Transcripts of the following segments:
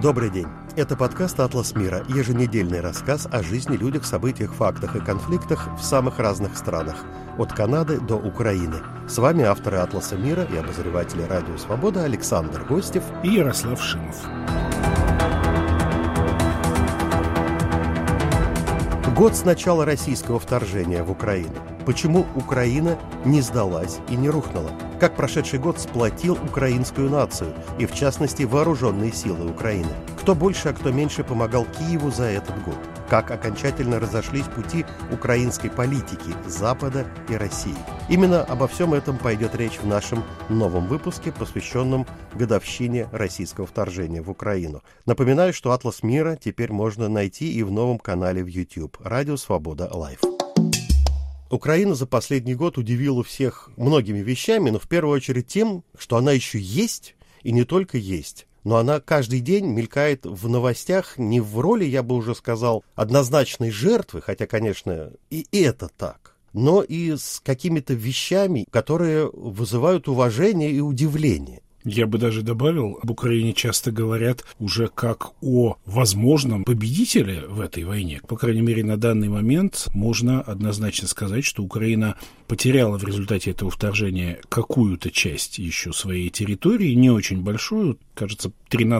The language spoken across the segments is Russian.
Добрый день. Это подкаст «Атлас мира», еженедельный рассказ о жизни, людях, событиях, фактах и конфликтах в самых разных странах, от Канады до Украины. С вами авторы «Атласа мира» и обозреватели «Радио Свобода» Александр Гостев и Ярослав Шимов. Год с начала российского вторжения в Украину. Почему Украина не сдалась и не рухнула? Как прошедший год сплотил украинскую нацию, и в частности вооруженные силы Украины? Кто больше, а кто меньше помогал Киеву за этот год? Как окончательно разошлись пути украинской политики Запада и России? Именно обо всем этом пойдет речь в нашем новом выпуске, посвященном годовщине российского вторжения в Украину. Напоминаю, что «Атлас мира» теперь можно найти и в новом канале в YouTube «Радио Свобода Лайв». Украина за последний год удивила всех многими вещами, но в первую очередь тем, что она еще есть, и не только есть, но она каждый день мелькает в новостях не в роли, я бы уже сказал, однозначной жертвы, хотя, конечно, и это так, но и с какими-то вещами, которые вызывают уважение и удивление. Я бы даже добавил, об Украине часто говорят уже как о возможном победителе в этой войне. По крайней мере, на данный момент можно однозначно сказать, что Украина потеряла в результате этого вторжения какую-то часть еще своей территории, не очень большую, кажется,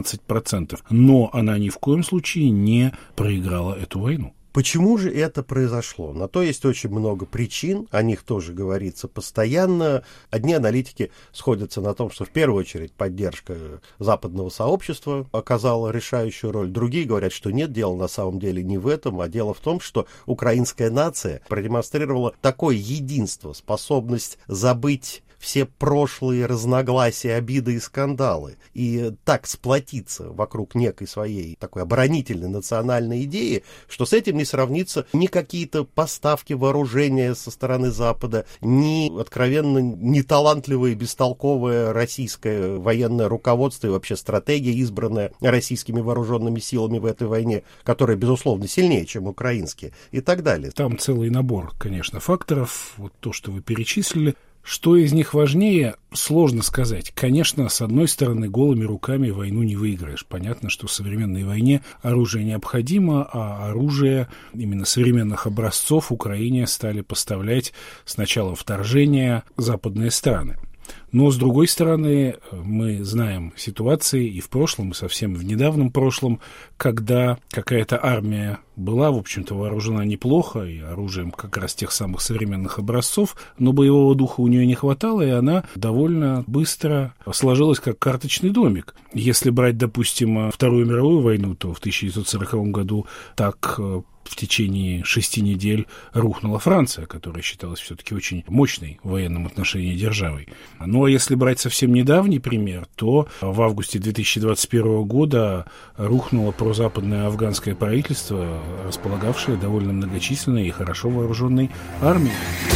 13%, но она ни в коем случае не проиграла эту войну. Почему же это произошло? На то есть очень много причин, о них тоже говорится постоянно. Одни аналитики сходятся на том, что в первую очередь поддержка западного сообщества оказала решающую роль. Другие говорят, что нет, дело на самом деле не в этом, а дело в том, что украинская нация продемонстрировала такое единство, способность забыть все прошлые разногласия, обиды и скандалы, и так сплотиться вокруг некой своей такой оборонительной национальной идеи, что с этим не сравнится ни какие-то поставки вооружения со стороны Запада, ни откровенно неталантливое и бестолковое российское военное руководство и вообще стратегия, избранная российскими вооруженными силами в этой войне, которая, безусловно, сильнее, чем украинские, и так далее. Там целый набор, конечно, факторов, вот то, что вы перечислили. Что из них важнее, сложно сказать. Конечно, с одной стороны, голыми руками войну не выиграешь. Понятно, что в современной войне оружие необходимо, а оружие именно современных образцов Украине стали поставлять с начала вторжения западные страны. Но, с другой стороны, мы знаем ситуации и в прошлом, и совсем в недавнем прошлом, когда какая-то армия была, в общем-то, вооружена неплохо и оружием как раз тех самых современных образцов, но боевого духа у нее не хватало, и она довольно быстро сложилась как карточный домик. Если брать, допустим, Вторую мировую войну, то в 1940 году так в течение 6 недель рухнула Франция, которая считалась все-таки очень мощной в военном отношении державой. Ну, а если брать совсем недавний пример, то в августе 2021 года рухнуло прозападное афганское правительство, располагавшее довольно многочисленной и хорошо вооруженной армией.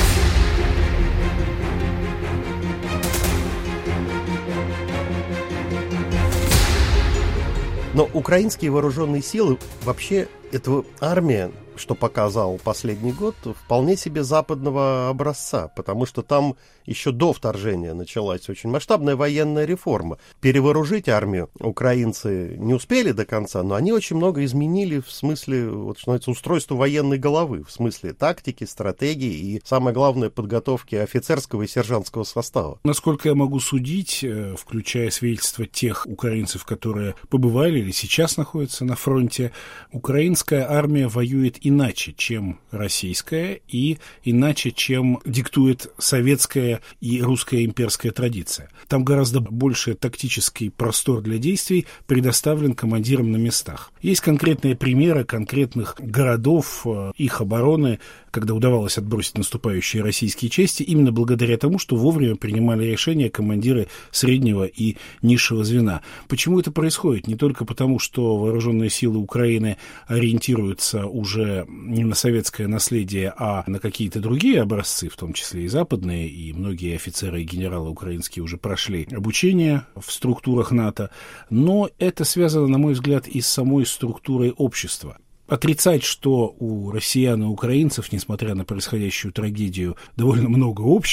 Но украинские вооруженные силы, вообще, эта армия, что показал последний год, вполне себе западного образца, потому что там еще до вторжения началась очень масштабная военная реформа. Перевооружить армию украинцы не успели до конца, но они очень много изменили в смысле, вот, что называется, устройства военной головы, в смысле тактики, стратегии и, самое главное, подготовки офицерского и сержантского состава. Насколько я могу судить, включая свидетельства тех украинцев, которые побывали или сейчас находятся на фронте, украинская армия воюет иначе, чем российская, и иначе, чем диктует советская и русская имперская традиция. Там гораздо больше тактический простор для действий предоставлен командирам на местах. Есть конкретные примеры конкретных городов, их обороны, когда удавалось отбросить наступающие российские части, именно благодаря тому, что вовремя принимали решения командиры среднего и низшего звена. Почему это происходит? Не только потому, что вооруженные силы Украины ориентируются уже не на советское наследие, а на какие-то другие образцы, в том числе и западные, и многие офицеры и генералы украинские уже прошли обучение в структурах НАТО, но это связано, на мой взгляд, и с самой структурой общества. Отрицать, что у россиян и украинцев, несмотря на происходящую трагедию, довольно много общего,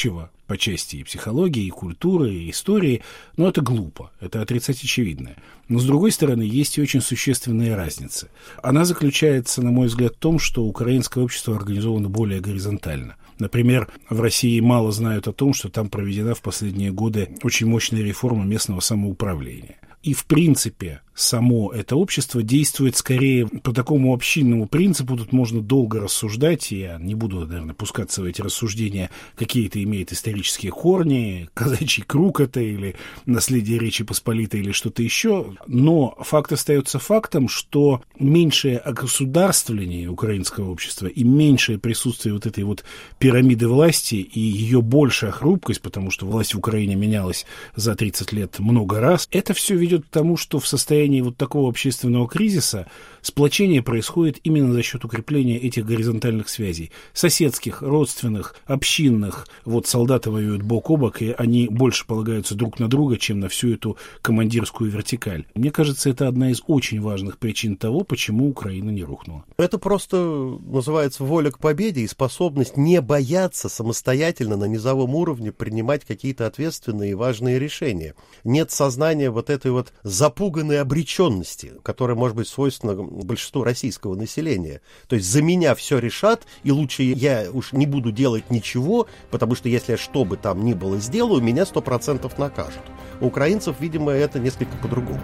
по части и психологии, и культуры, и истории, но это глупо, это отрицать очевидное. Но, с другой стороны, есть и очень существенная разница. Она заключается, на мой взгляд, в том, что украинское общество организовано более горизонтально. Например, в России мало знают о том, что там проведена в последние годы очень мощная реформа местного самоуправления. И, в принципе, само это общество действует скорее по такому общинному принципу. Тут можно долго рассуждать, и я не буду, наверное, пускаться в эти рассуждения, какие это имеет исторические корни, казачий круг это или наследие Речи Посполитой или что-то еще. Но факт остается фактом, что меньшее огосударствление украинского общества и меньшее присутствие вот этой вот пирамиды власти и ее большая хрупкость, потому что власть в Украине менялась за 30 лет много раз, это все ведет к тому, что в состоянии вот такого общественного кризиса сплочение происходит именно за счет укрепления этих горизонтальных связей. Соседских, родственных, общинных. Вот солдаты воюют бок о бок, и они больше полагаются друг на друга, чем на всю эту командирскую вертикаль. Мне кажется, это одна из очень важных причин того, почему Украина не рухнула. Это просто называется воля к победе и способность не бояться самостоятельно на низовом уровне принимать какие-то ответственные и важные решения. Нет сознания вот этой вот запуганной обреченности, которая может быть свойственна большинству российского населения. То есть за меня все решат, и лучше я уж не буду делать ничего, потому что если я что бы там ни было сделаю, меня 100% накажут. У украинцев, видимо, это несколько по-другому.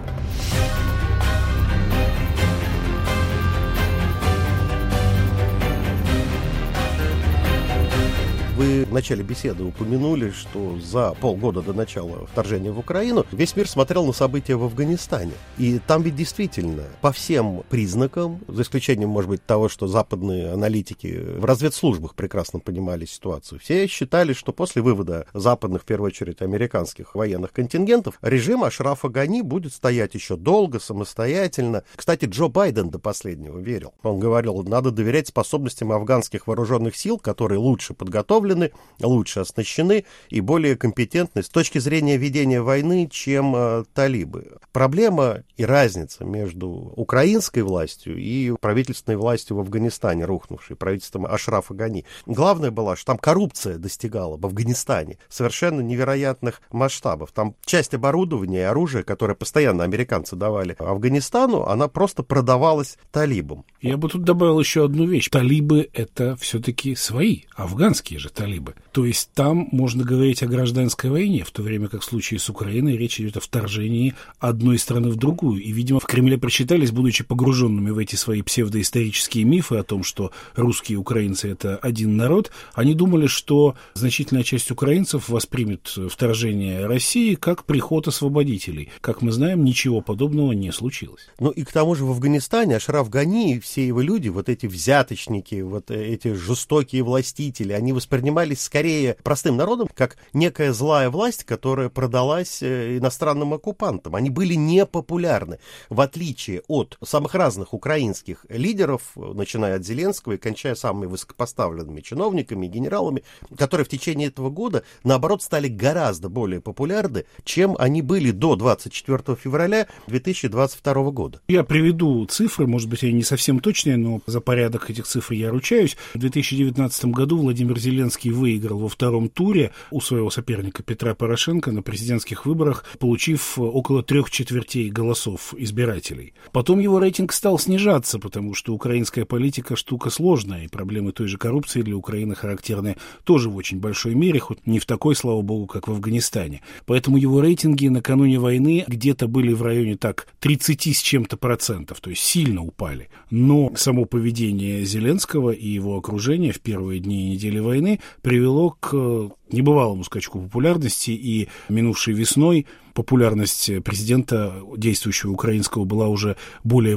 Вы в начале беседы упомянули, что за полгода до начала вторжения в Украину весь мир смотрел на события в Афганистане. И там ведь действительно по всем признакам, за исключением, может быть, того, что западные аналитики в разведслужбах прекрасно понимали ситуацию, все считали, что после вывода западных, в первую очередь, американских военных контингентов, режим Ашрафа Гани будет стоять еще долго, самостоятельно. Кстати, Джо Байден до последнего верил. Он говорил, надо доверять способностям афганских вооруженных сил, которые лучше подготовлены, лучше оснащены и более компетентны с точки зрения ведения войны, чем талибы. Проблема и разница между украинской властью и правительственной властью в Афганистане, рухнувшей правительством Ашрафа Гани. Главное было, что там коррупция достигала в Афганистане совершенно невероятных масштабов. Там часть оборудования и оружия, которое постоянно американцы давали Афганистану, она просто продавалась талибам. Я бы тут добавил еще одну вещь. Талибы — это все-таки свои, афганские же талибы. То есть там можно говорить о гражданской войне, в то время как в случае с Украиной речь идет о вторжении одной страны в другую. И, видимо, в Кремле просчитались, будучи погруженными в эти свои псевдоисторические мифы о том, что русские и украинцы — это один народ, они думали, что значительная часть украинцев воспримет вторжение России как приход освободителей. Как мы знаем, ничего подобного не случилось. Ну и к тому же в Афганистане Ашраф Гани и все его люди, вот эти взяточники, вот эти жестокие властители, они воспринимались скорее простым народом как некая злая власть, которая продалась иностранным оккупантам. Они были непопулярны, в отличие от самых разных украинских лидеров, начиная от Зеленского и кончая самыми высокопоставленными чиновниками и генералами, которые в течение этого года, наоборот, стали гораздо более популярны, чем они были до 24 февраля 2022 года. Я приведу цифры, может быть, они не совсем точные, но за порядок этих цифр я ручаюсь. В 2019 году Владимир Зеленский выиграл во втором туре у своего соперника Петра Порошенко на президентских выборах, получив около 3/4 голосов избирателей. Потом его рейтинг стал снижаться, потому что украинская политика штука сложная, и проблемы той же коррупции для Украины характерны тоже в очень большой мере, хоть не в такой, слава богу, как в Афганистане. Поэтому его рейтинги накануне войны где-то были в районе 30 с чем-то %, то есть сильно упали. Но само поведение Зеленского и его окружения в первые дни и недели войны привело к небывалому скачку популярности, и минувшей весной популярность президента действующего украинского была уже более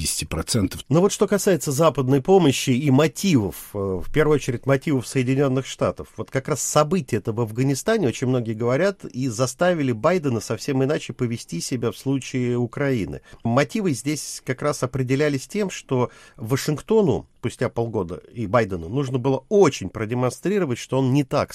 80%. Но вот что касается западной помощи и мотивов, в первую очередь мотивов Соединенных Штатов, вот как раз события это в Афганистане, очень многие говорят, и заставили Байдена совсем иначе повести себя в случае Украины. Мотивы здесь как раз определялись тем, что Вашингтону спустя полгода и Байдену нужно было очень продемонстрировать, что он не так слаб, как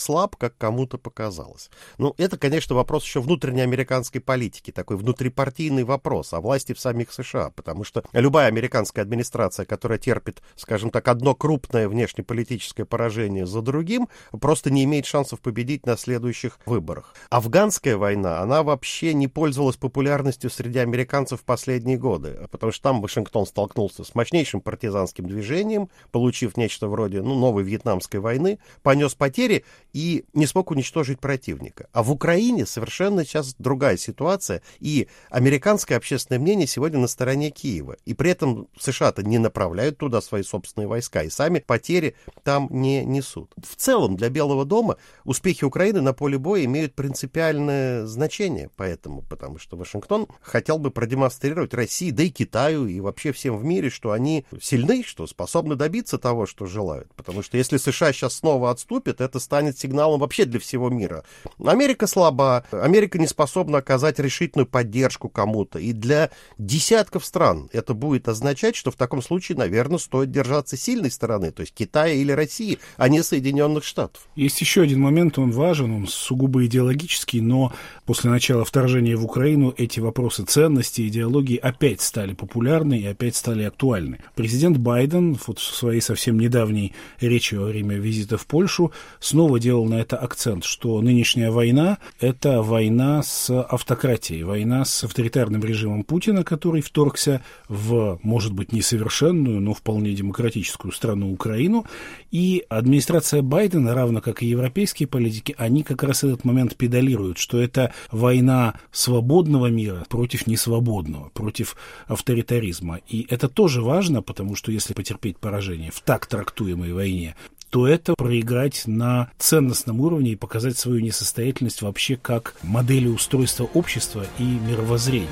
как кому-то показалось. Ну, это, конечно, вопрос еще внутренней американской политики, такой внутрипартийный вопрос о власти в самих США, потому что любая американская администрация, которая терпит, скажем так, одно крупное внешнеполитическое поражение за другим, просто не имеет шансов победить на следующих выборах. Афганская война, она вообще не пользовалась популярностью среди американцев в последние годы, потому что там Вашингтон столкнулся с мощнейшим партизанским движением, получив нечто вроде новой Вьетнамской войны, понес потери и не смог уничтожить противника. А в Украине совершенно сейчас другая ситуация, и американское общественное мнение сегодня на стороне Киева. И при этом США-то не направляют туда свои собственные войска, и сами потери там не несут. В целом для Белого дома успехи Украины на поле боя имеют принципиальное значение, потому что Вашингтон хотел бы продемонстрировать России, да и Китаю, и вообще всем в мире, что они сильны, что способны добиться того, что желают. Потому что если США сейчас снова отступит, это станет сигналом вообще для всего мира. Америка слаба, Америка не способна оказать решительную поддержку кому-то. И для десятков стран это будет означать, что в таком случае, наверное, стоит держаться сильной стороны, то есть Китая или России, а не Соединенных Штатов. Есть еще один момент, он важен, он сугубо идеологический, но после начала вторжения в Украину эти вопросы ценности, идеологии опять стали популярны и опять стали актуальны. Президент Байден вот в своей совсем недавней речи во время визита в Польшу снова делал на это акцент, что нынешняя война – это война с автократией, война с авторитарным режимом Путина, который вторгся в, может быть, несовершенную, но вполне демократическую страну Украину. И администрация Байдена, равно как и европейские политики, они как раз этот момент педалируют, что это война свободного мира против несвободного, против авторитаризма. И это тоже важно, потому что если потерпеть поражение в так трактуемой войне, то это проиграть на ценностном уровне и показать свою несостоятельность вообще как модели устройства общества и мировоззрения.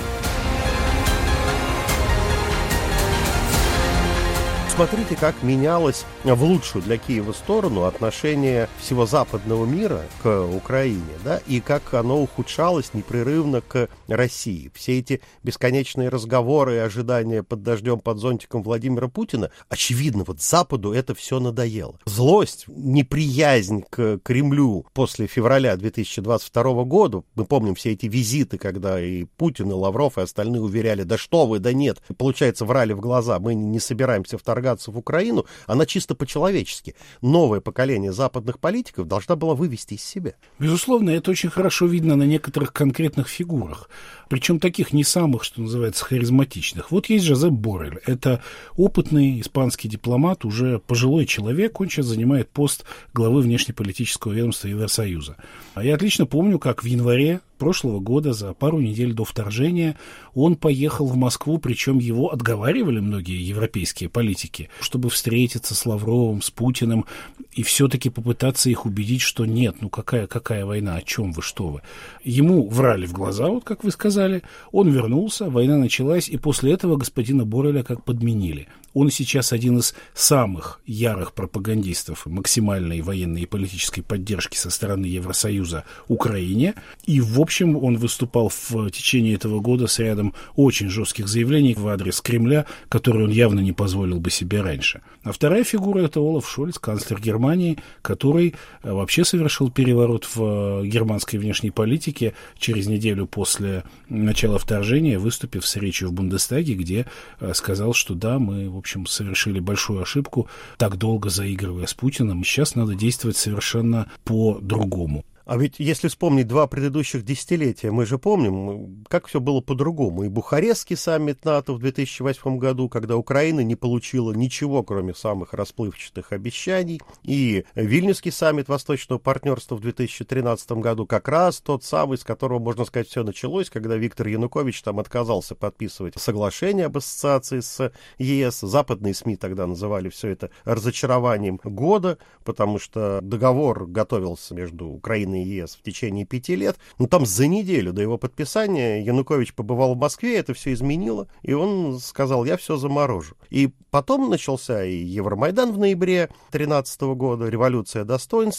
Смотрите, как менялось в лучшую для Киева сторону отношение всего западного мира к Украине, да, и как оно ухудшалось непрерывно к России. Все эти бесконечные разговоры и ожидания под дождем, под зонтиком Владимира Путина, очевидно, вот Западу это все надоело. Злость, неприязнь к Кремлю после февраля 2022 года, мы помним все эти визиты, когда и Путин, и Лавров, и остальные уверяли, да что вы, да нет, получается, врали в глаза, мы не собираемся вторгаться в Украину, она чисто по-человечески. Новое поколение западных политиков должна была вывести из себя. Безусловно, это очень хорошо видно на некоторых конкретных фигурах. Причем таких не самых, что называется, харизматичных. Вот есть Жозеп Боррель. Это опытный испанский дипломат, уже пожилой человек. Он сейчас занимает пост главы внешнеполитического ведомства Евросоюза. А я отлично помню, как в январе прошлого года, за пару недель до вторжения, он поехал в Москву, причем его отговаривали многие европейские политики, чтобы встретиться с Лавровым, с Путиным, и все-таки попытаться их убедить, что нет, ну какая война, о чем вы, что вы. Ему врали в глаза, вот как вы сказали, он вернулся, война началась, и после этого господина Борреля как подменили. Он сейчас один из самых ярых пропагандистов максимальной военной и политической поддержки со стороны Евросоюза Украине. И, в общем, он выступал в течение этого года с рядом очень жестких заявлений в адрес Кремля, которые он явно не позволил бы себе раньше. А вторая фигура – это Олаф Шольц, канцлер Германии, который вообще совершил переворот в германской внешней политике через неделю после начала вторжения, выступив с речью в Бундестаге, где сказал, что да, мы, в общем, совершили большую ошибку, так долго заигрывая с Путиным. Сейчас надо действовать совершенно по-другому. А ведь если вспомнить два предыдущих десятилетия, мы же помним, как все было по-другому. И Бухарестский саммит НАТО в 2008 году, когда Украина не получила ничего, кроме самых расплывчатых обещаний, и Вильнюсский саммит Восточного партнерства в 2013 году, как раз тот самый, с которого, можно сказать, все началось, когда Виктор Янукович там отказался подписывать соглашение об ассоциации с ЕС. Западные СМИ тогда называли все это разочарованием года, потому что договор готовился между Украиной и ЕС в течение 5 лет. Но там за неделю до его подписания Янукович побывал в Москве, это все изменило, и он сказал, я все заморожу. И потом начался и Евромайдан в ноябре 2013 года, революция достоинства,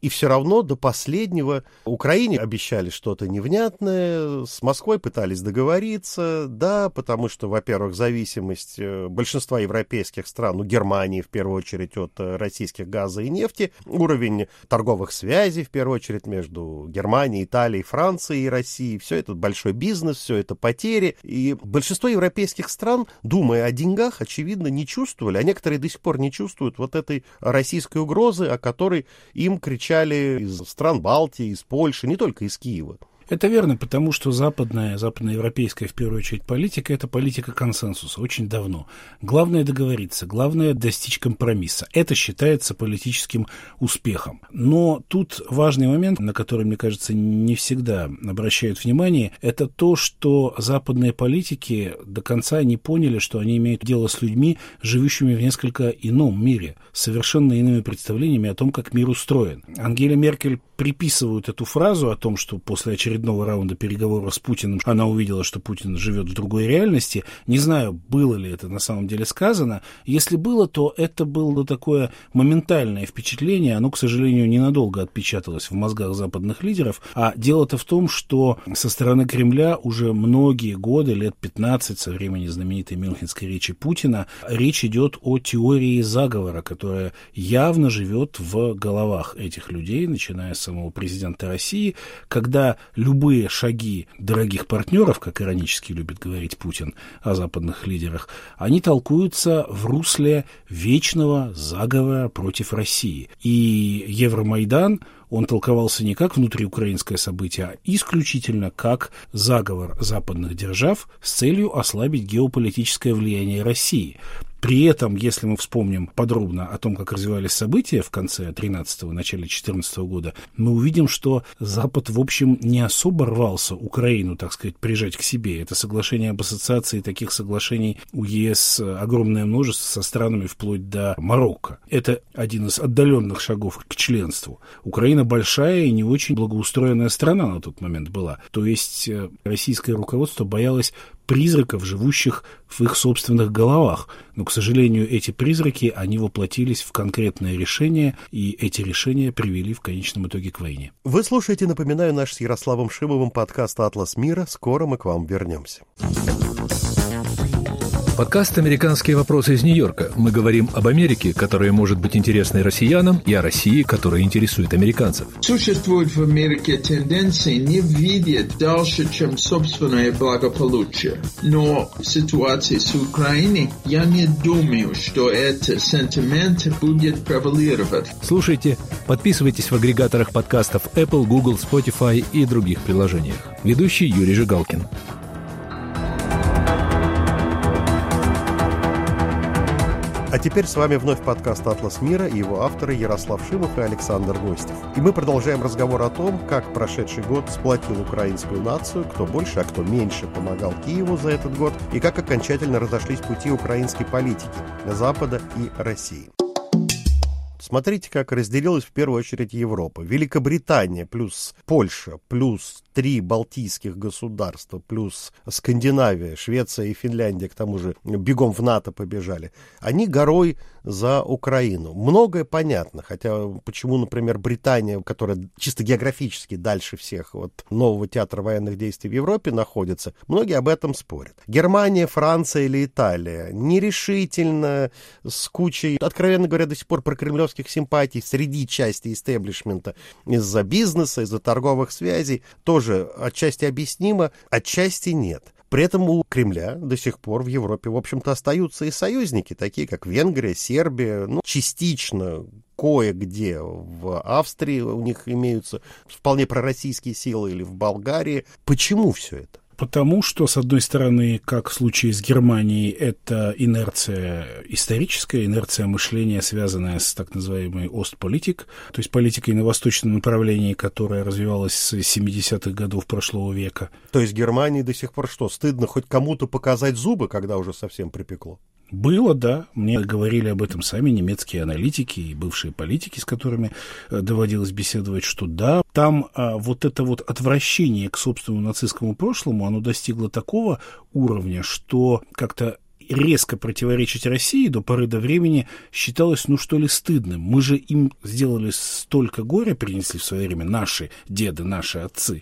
И все равно до последнего Украине обещали что-то невнятное, с Москвой пытались договориться, да, потому что, во-первых, зависимость большинства европейских стран, Германии в первую очередь от российских газа и нефти, уровень торговых связей в первую очередь между Германией, Италией, Францией и Россией, все это большой бизнес, все это потери, и большинство европейских стран, думая о деньгах, очевидно, не чувствовали, а некоторые до сих пор не чувствуют вот этой российской угрозы, о которой им кричали из стран Балтии, из Польши, не только из Киева. Это верно, потому что западноевропейская, в первую очередь, политика – это политика консенсуса очень давно. Главное договориться, главное достичь компромисса. Это считается политическим успехом. Но тут важный момент, на который, мне кажется, не всегда обращают внимание, это то, что западные политики до конца не поняли, что они имеют дело с людьми, живущими в несколько ином мире, с совершенно иными представлениями о том, как мир устроен. Ангеле Меркель приписывают эту фразу о том, что после очередного раунда переговоров с Путиным она увидела, что Путин живет в другой реальности. Не знаю, было ли это на самом деле сказано. Если было, то это было такое моментальное впечатление. Оно, к сожалению, ненадолго отпечаталось в мозгах западных лидеров. А дело-то в том, что со стороны Кремля уже многие годы, лет 15 со времени знаменитой мюнхенской речи Путина, речь идет о теории заговора, которая явно живет в головах этих людей, начиная с самого президента России, когда любые шаги дорогих партнеров, как иронически любит говорить Путин о западных лидерах, они толкуются в русле вечного заговора против России. И Евромайдан, он толковался не как внутриукраинское событие, а исключительно как заговор западных держав с целью ослабить геополитическое влияние России. При этом, если мы вспомним подробно о том, как развивались события в конце 13-го, начале 14 года, мы увидим, что Запад, в общем, не особо рвался Украину, так сказать, прижать к себе. Это соглашение об ассоциации, таких соглашений у ЕС огромное множество со странами вплоть до Марокко. Это один из отдаленных шагов к членству. Украина большая и не очень благоустроенная страна на тот момент была. То есть российское руководство боялось призраков, живущих в их собственных головах. Но, к сожалению, эти призраки, они воплотились в конкретные решения, и эти решения привели в конечном итоге к войне. Вы слушаете, напоминаю, наш с Ярославом Шимовым подкаст «Атлас мира». Скоро мы к вам вернемся. Подкаст «Американские вопросы» из Нью-Йорка. Мы говорим об Америке, которая может быть интересной россиянам, и о России, которая интересует американцев. Существует в Америке тенденции не видеть дальше, чем собственное благополучие. Но в ситуации с Украиной я не думаю, что этот сентимент будет превалировать. Слушайте, подписывайтесь в агрегаторах подкастов Apple, Google, Spotify и других приложениях. Ведущий Юрий Жигалкин. А теперь с вами вновь подкаст «Атлас мира» и его авторы Ярослав Шимов и Александр Гостев. И мы продолжаем разговор о том, как прошедший год сплотил украинскую нацию, кто больше, а кто меньше помогал Киеву за этот год, и как окончательно разошлись пути украинской политики Запада и России. Смотрите, как разделилась в первую очередь Европа. Великобритания плюс Польша плюс 3 балтийских государства плюс Скандинавия, Швеция и Финляндия, к тому же бегом в НАТО побежали. Они горой за Украину. Многое понятно, хотя почему, например, Британия, которая чисто географически дальше всех от нового театра военных действий в Европе находится, многие об этом спорят. Германия, Франция или Италия нерешительно, с кучей, откровенно говоря, до сих пор прокремлевских симпатий среди части истеблишмента из-за бизнеса, из-за торговых связей, тоже отчасти объяснимо, отчасти нет. При этом у Кремля до сих пор в Европе, в общем-то, остаются и союзники, такие как Венгрия, Сербия, частично кое-где в Австрии у них имеются вполне пророссийские силы или в Болгарии. Почему все это? Потому что, с одной стороны, как в случае с Германией, это инерция историческая, инерция мышления, связанная с так называемой Остполитик, то есть политикой на восточном направлении, которая развивалась с 70-х годов прошлого века. То есть Германии до сих пор что, стыдно хоть кому-то показать зубы, когда уже совсем припекло? Было, да. Мне говорили об этом сами немецкие аналитики и бывшие политики, с которыми доводилось беседовать, что да, там вот это вот отвращение к собственному нацистскому прошлому, оно достигло такого уровня, что как-то резко противоречить России до поры до времени считалось, стыдным. Мы же им сделали столько горя, принесли в свое время наши деды, наши отцы,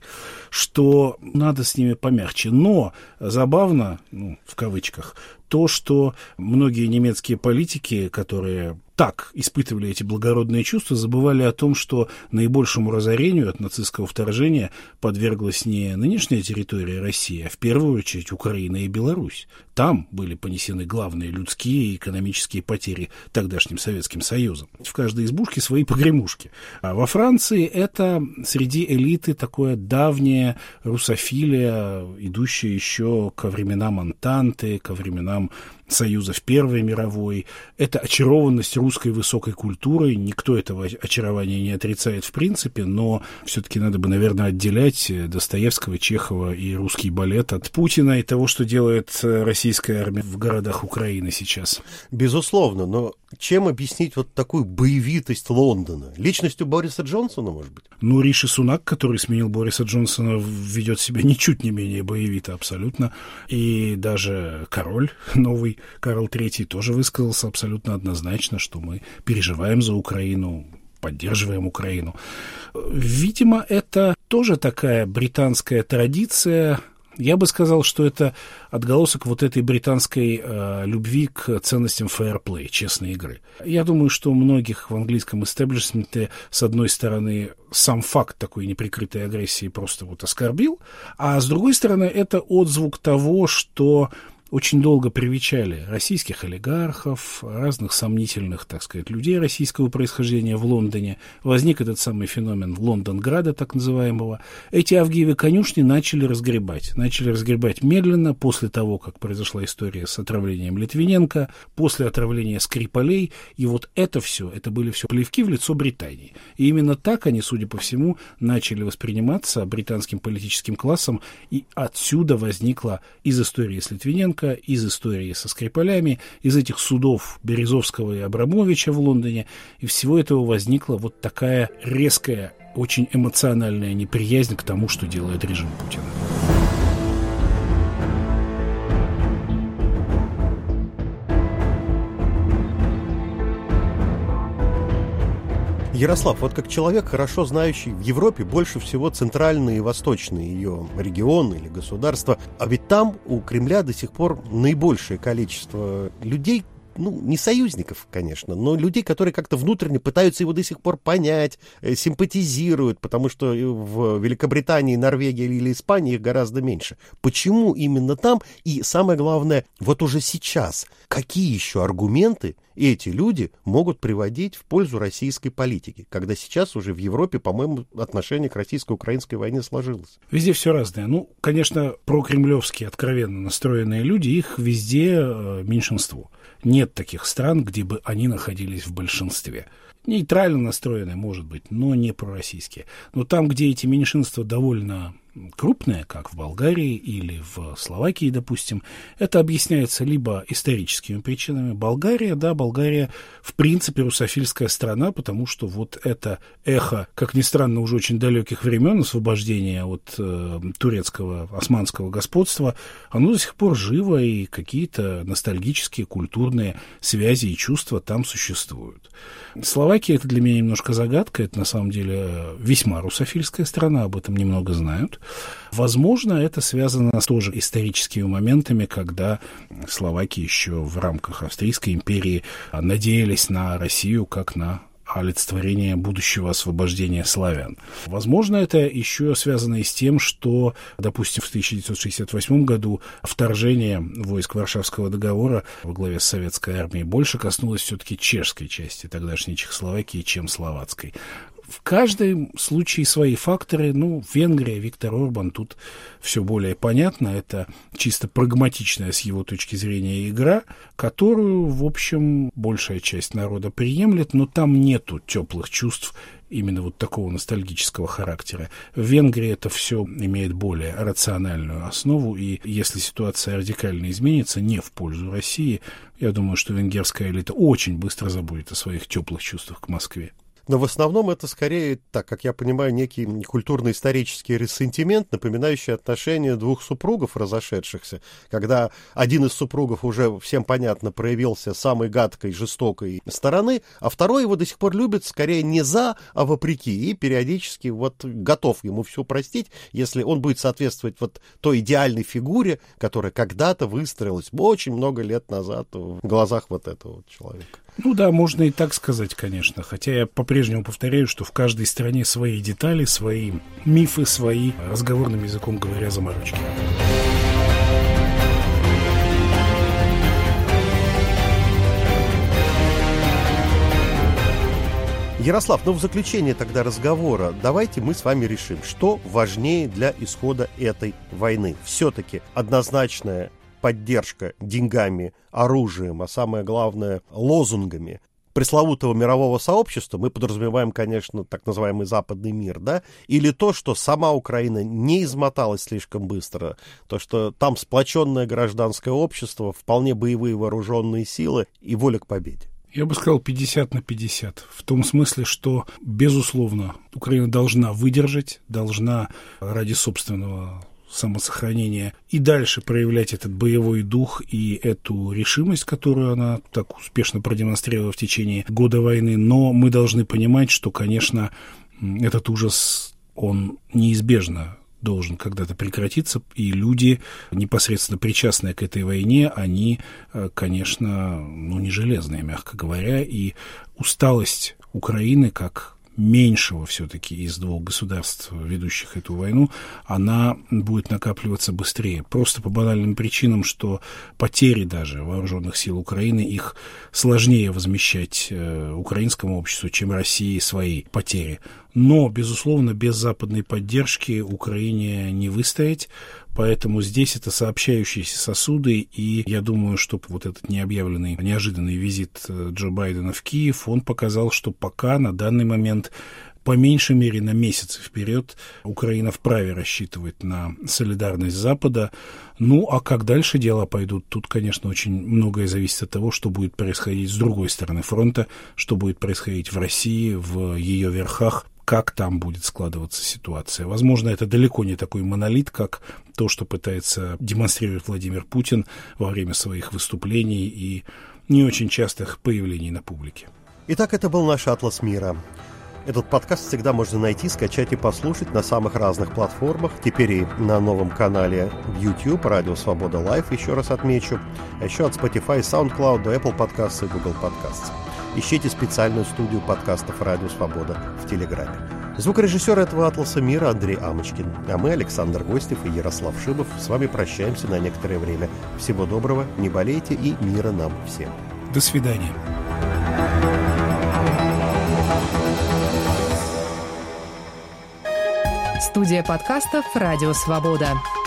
что надо с ними помягче. Но забавно, в кавычках, то, что многие немецкие политики, которые так испытывали эти благородные чувства, забывали о том, что наибольшему разорению от нацистского вторжения подверглась не нынешняя территория России, а в первую очередь Украина и Беларусь. Там были понесены главные людские и экономические потери тогдашним Советским Союзом. В каждой избушке свои погремушки. А во Франции это среди элиты такое давняя русофилия, идущая еще ко временам Антанты, ко временам Союза в Первой мировой. Это очарованность русской высокой культурой. Никто этого очарования не отрицает в принципе, но все-таки надо бы, наверное, отделять Достоевского, Чехова и русский балет от Путина и того, что делает российская армия в городах Украины сейчас. Безусловно, но чем объяснить вот такую боевитость Лондона? Личностью Бориса Джонсона, может быть? Риши Сунак, который сменил Бориса Джонсона, ведет себя ничуть не менее боевито абсолютно. И даже король новый, Карл III, тоже высказался абсолютно однозначно, что мы переживаем за Украину, поддерживаем Украину. Видимо, это тоже такая британская традиция. Я бы сказал, что это отголосок вот этой британской любви к ценностям фэйрплей, честной игры. Я думаю, что у многих в английском истеблишменте, с одной стороны, сам факт такой неприкрытой агрессии просто оскорбил, а с другой стороны, это отзвук того, что очень долго привечали российских олигархов, разных сомнительных, так сказать, людей российского происхождения в Лондоне. Возник этот самый феномен Лондонграда, так называемого. Эти авгиевы конюшни начали разгребать. Начали разгребать медленно, после того, как произошла история с отравлением Литвиненко, после отравления Скрипалей. И вот это все, это были все плевки в лицо Британии. И именно так они, судя по всему, начали восприниматься британским политическим классом. И отсюда возникла из истории с Литвиненко, из истории со Скрипалями, из этих судов Березовского и Абрамовича в Лондоне, и всего этого возникла вот такая резкая, очень эмоциональная неприязнь к тому, что делает режим Путина. Ярослав, вот как человек, хорошо знающий в Европе больше всего центральные и восточные ее регионы или государства, а ведь там у Кремля до сих пор наибольшее количество людей, не союзников, конечно, но людей, которые как-то внутренне пытаются его до сих пор понять, симпатизируют, потому что в Великобритании, Норвегии или Испании их гораздо меньше. Почему именно там? И самое главное, вот уже сейчас, какие еще аргументы эти люди могут приводить в пользу российской политики, когда сейчас уже в Европе, по-моему, отношение к российско-украинской войне сложилось? Везде все разное. Конечно, прокремлевские, откровенно настроенные люди, их везде меньшинство. Нет таких стран, где бы они находились в большинстве. Нейтрально настроенные, может быть, но не пророссийские. Но там, где эти меньшинства довольно крупные, как в Болгарии или в Словакии, допустим, это объясняется либо историческими причинами. Болгария, в принципе, русофильская страна, потому что вот это эхо, как ни странно, уже очень далеких времен освобождения от турецкого, османского господства, оно до сих пор живо, и какие-то ностальгические, культурные связи и чувства там существуют. Словакия — это для меня немножко загадка, это на самом деле весьма русофильская страна, об этом немного знают. Возможно, это связано с тоже историческими моментами, когда словаки еще в рамках Австрийской империи надеялись на Россию как на олицетворение будущего освобождения славян. Возможно, это еще связано и с тем, что, допустим, в 1968 году вторжение войск Варшавского договора во главе с советской армией больше коснулось все-таки чешской части тогдашней Чехословакии, чем словацкой. В каждом случае свои факторы. Венгрия, Виктор Орбан, тут все более понятно. Это чисто прагматичная с его точки зрения игра, которую, в общем, большая часть народа приемлет, но там нету теплых чувств именно вот такого ностальгического характера. В Венгрии это все имеет более рациональную основу, и если ситуация радикально изменится не в пользу России, я думаю, что венгерская элита очень быстро забудет о своих теплых чувствах к Москве. Но в основном это скорее, так как я понимаю, некий культурно-исторический рессентимент, напоминающий отношения двух супругов разошедшихся, когда один из супругов уже, всем понятно, проявился самой гадкой, жестокой стороны, а второй его до сих пор любит скорее не за, а вопреки, и периодически вот готов ему все простить, если он будет соответствовать вот той идеальной фигуре, которая когда-то выстроилась очень много лет назад в глазах вот этого вот человека. Ну да, можно и так сказать, конечно. Хотя я по-прежнему повторяю, что в каждой стране свои детали, свои мифы, свои, разговорным языком говоря, заморочки. Ярослав, в заключение тогда разговора давайте мы с вами решим, что важнее для исхода этой войны. Все-таки однозначная поддержка деньгами, оружием, а самое главное лозунгами пресловутого мирового сообщества, мы подразумеваем, конечно, так называемый западный мир, да, или то, что сама Украина не измоталась слишком быстро, то, что там сплоченное гражданское общество, вполне боевые вооруженные силы и воля к победе. Я бы сказал 50 на 50. В том смысле, что, безусловно, Украина должна выдержать, должна ради собственного самосохранения и дальше проявлять этот боевой дух и эту решимость, которую она так успешно продемонстрировала в течение года войны. Но мы должны понимать, что, конечно, этот ужас, он неизбежно должен когда-то прекратиться, и люди, непосредственно причастные к этой войне, они, конечно, не железные, мягко говоря, и усталость Украины, как меньшего все-таки из двух государств, ведущих эту войну, она будет накапливаться быстрее. Просто по банальным причинам, что потери даже вооруженных сил Украины, их сложнее возмещать украинскому обществу, чем России свои потери. Но, безусловно, без западной поддержки Украине не выстоять, поэтому здесь это сообщающиеся сосуды, и я думаю, что вот этот необъявленный, неожиданный визит Джо Байдена в Киев, он показал, что пока на данный момент, по меньшей мере на месяцы вперед, Украина вправе рассчитывать на солидарность Запада. Ну, а как дальше дела пойдут, тут, конечно, очень многое зависит от того, что будет происходить с другой стороны фронта, что будет происходить в России, в ее верхах, как там будет складываться ситуация. Возможно, это далеко не такой монолит, как то, что пытается демонстрировать Владимир Путин во время своих выступлений и не очень частых появлений на публике. Итак, это был наш «Атлас мира». Этот подкаст всегда можно найти, скачать и послушать на самых разных платформах. Теперь и на новом канале в YouTube, Радио Свобода Лайв, еще раз отмечу. А еще от Spotify, SoundCloud до Apple Podcasts и Google Podcasts. Ищите специальную студию подкастов «Радио Свобода» в Телеграме. Звукорежиссер этого «Атласа мира» Андрей Амочкин. А мы, Александр Гостев и Ярослав Шибов, с вами прощаемся на некоторое время. Всего доброго, не болейте и мира нам всем. До свидания. Студия подкастов «Радио Свобода».